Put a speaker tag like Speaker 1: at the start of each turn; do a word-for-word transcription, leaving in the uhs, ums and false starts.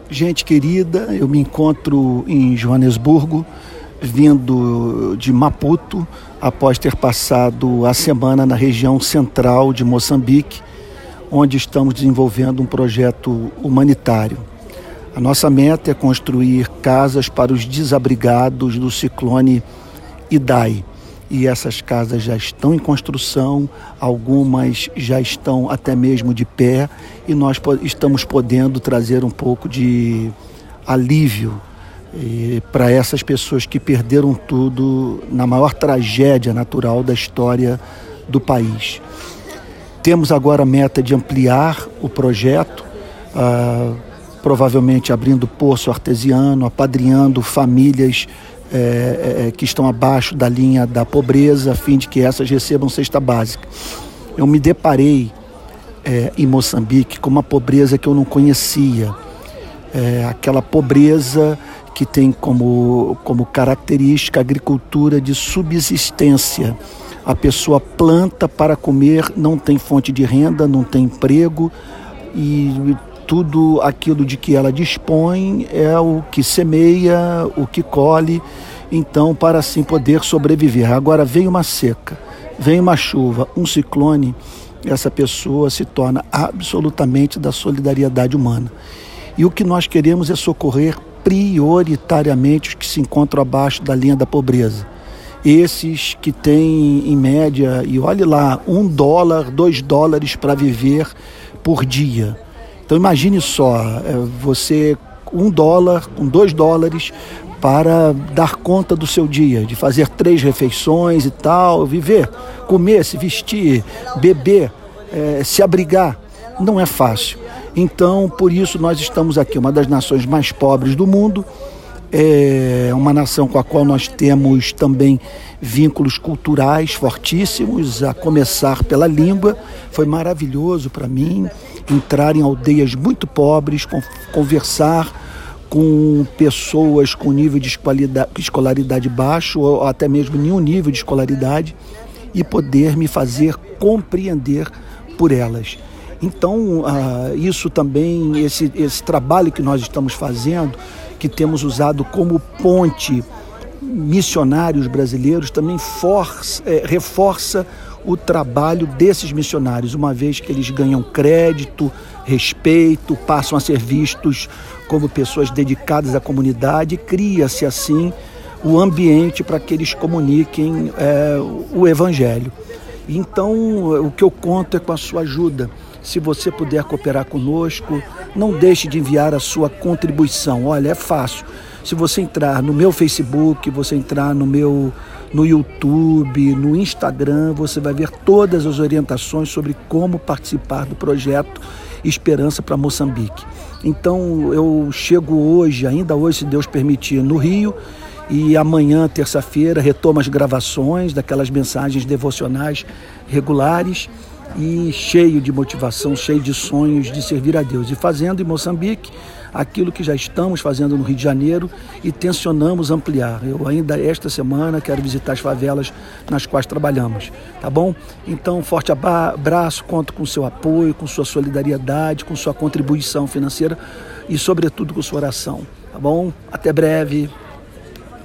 Speaker 1: Gente querida, eu me encontro em Joanesburgo, vindo de Maputo, após ter passado a semana na região central de Moçambique, onde estamos desenvolvendo um projeto humanitário. A nossa meta é construir casas para os desabrigados do ciclone Idai. E essas casas já estão em construção, algumas já estão até mesmo de pé, e nós estamos podendo trazer um pouco de alívio para essas pessoas que perderam tudo na maior tragédia natural da história do país. Temos agora a meta de ampliar o projeto, ah, provavelmente abrindo poço artesiano, apadrinhando famílias É, é, que estão abaixo da linha da pobreza, a fim de que essas recebam cesta básica. Eu me deparei é, em Moçambique com uma pobreza que eu não conhecia, é, aquela pobreza que tem como, como característica a agricultura de subsistência. A pessoa planta para comer, não tem fonte de renda, não tem emprego, e tudo aquilo de que ela dispõe é o que semeia, o que colhe, então para assim poder sobreviver. Agora vem uma seca, vem uma chuva, um ciclone, essa pessoa se torna absolutamente da solidariedade humana. E o que nós queremos é socorrer prioritariamente os que se encontram abaixo da linha da pobreza. Esses que têm, em média, e olhe lá, um dólar, dois dólares para viver por dia. Então imagine só, você um dólar, com dois dólares para dar conta do seu dia, de fazer três refeições e tal, viver, comer, se vestir, beber, é, se abrigar, não é fácil. Então, por isso nós estamos aqui, uma das nações mais pobres do mundo, é uma nação com a qual nós temos também vínculos culturais fortíssimos, a começar pela língua. Foi maravilhoso para mim entrar em aldeias muito pobres, conversar com pessoas com nível de escolaridade baixo ou até mesmo nenhum nível de escolaridade e poder me fazer compreender por elas. Então, uh, isso também, esse, esse trabalho que nós estamos fazendo, que temos usado como ponte missionários brasileiros, também força, é, reforça o trabalho desses missionários, uma vez que eles ganham crédito, respeito, passam a ser vistos como pessoas dedicadas à comunidade, cria-se assim o ambiente para que eles comuniquem é, o Evangelho. Então, o que eu conto é com a sua ajuda. Se você puder cooperar conosco, não deixe de enviar a sua contribuição. Olha, é fácil. Se você entrar no meu Facebook, você entrar no meu no YouTube, no Instagram, você vai ver todas as orientações sobre como participar do projeto Esperança para Moçambique. Então, eu chego hoje, ainda hoje, se Deus permitir, no Rio, e amanhã, terça-feira, retomo as gravações daquelas mensagens devocionais regulares, e cheio de motivação, cheio de sonhos de servir a Deus. E fazendo em Moçambique aquilo que já estamos fazendo no Rio de Janeiro e tensionamos ampliar. Eu ainda esta semana quero visitar as favelas nas quais trabalhamos, tá bom? Então, forte abraço, conto com seu apoio, com sua solidariedade, com sua contribuição financeira e, sobretudo, com sua oração, tá bom? Até breve.